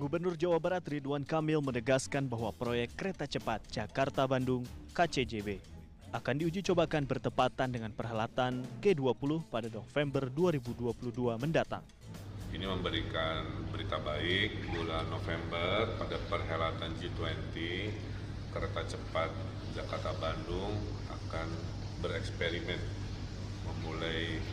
Gubernur Jawa Barat Ridwan Kamil menegaskan bahwa proyek kereta cepat Jakarta-Bandung (KCJB) akan diuji cobakan bertepatan dengan perhelatan G20 pada November 2022 mendatang. Ini memberikan berita baik bulan November pada perhelatan G20, kereta cepat Jakarta-Bandung akan bereksperimen memulai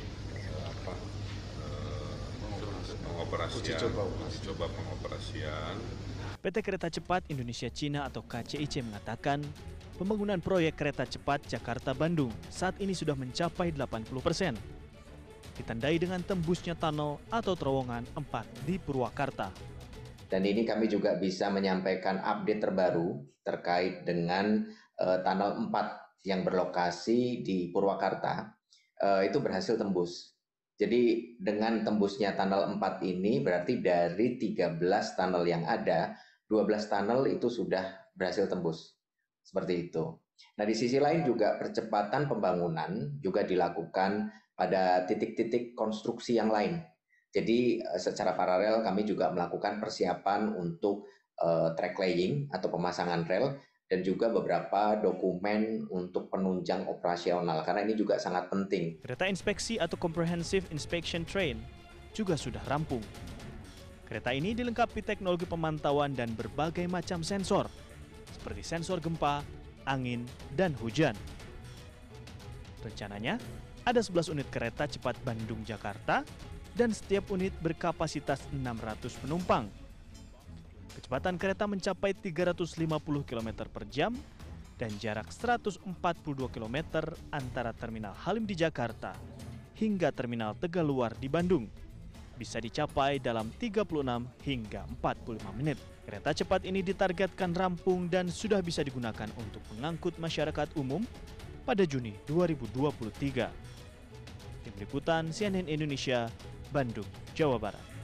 pengoperasian. PT Kereta Cepat Indonesia Cina atau KCIC mengatakan pembangunan proyek kereta cepat Jakarta-Bandung saat ini sudah mencapai 80%. Ditandai dengan tembusnya tunnel atau terowongan 4 di Purwakarta. Dan ini kami juga bisa menyampaikan update terbaru terkait dengan tunnel 4 yang berlokasi di Purwakarta, itu berhasil tembus. Jadi dengan tembusnya tunnel 4 ini berarti dari 13 tunnel yang ada, 12 tunnel itu sudah berhasil tembus. Seperti itu. Nah, di sisi lain juga percepatan pembangunan juga dilakukan pada titik-titik konstruksi yang lain. Jadi secara paralel kami juga melakukan persiapan untuk track laying atau pemasangan rel dan juga beberapa dokumen untuk penunjang operasional karena ini juga sangat penting. Kereta inspeksi atau Comprehensive Inspection Train juga sudah rampung. Kereta ini dilengkapi teknologi pemantauan dan berbagai macam sensor seperti sensor gempa, angin, dan hujan. Rencananya ada 11 unit kereta cepat Bandung-Jakarta dan setiap unit berkapasitas 600 penumpang. Kecepatan kereta mencapai 350 km per jam dan jarak 142 km antara Terminal Halim di Jakarta hingga Terminal Tegaluar di Bandung. Bisa dicapai dalam 36 hingga 45 menit. Kereta cepat ini ditargetkan rampung dan sudah bisa digunakan untuk mengangkut masyarakat umum pada Juni 2023. Tim Liputan CNN Indonesia, Bandung, Jawa Barat.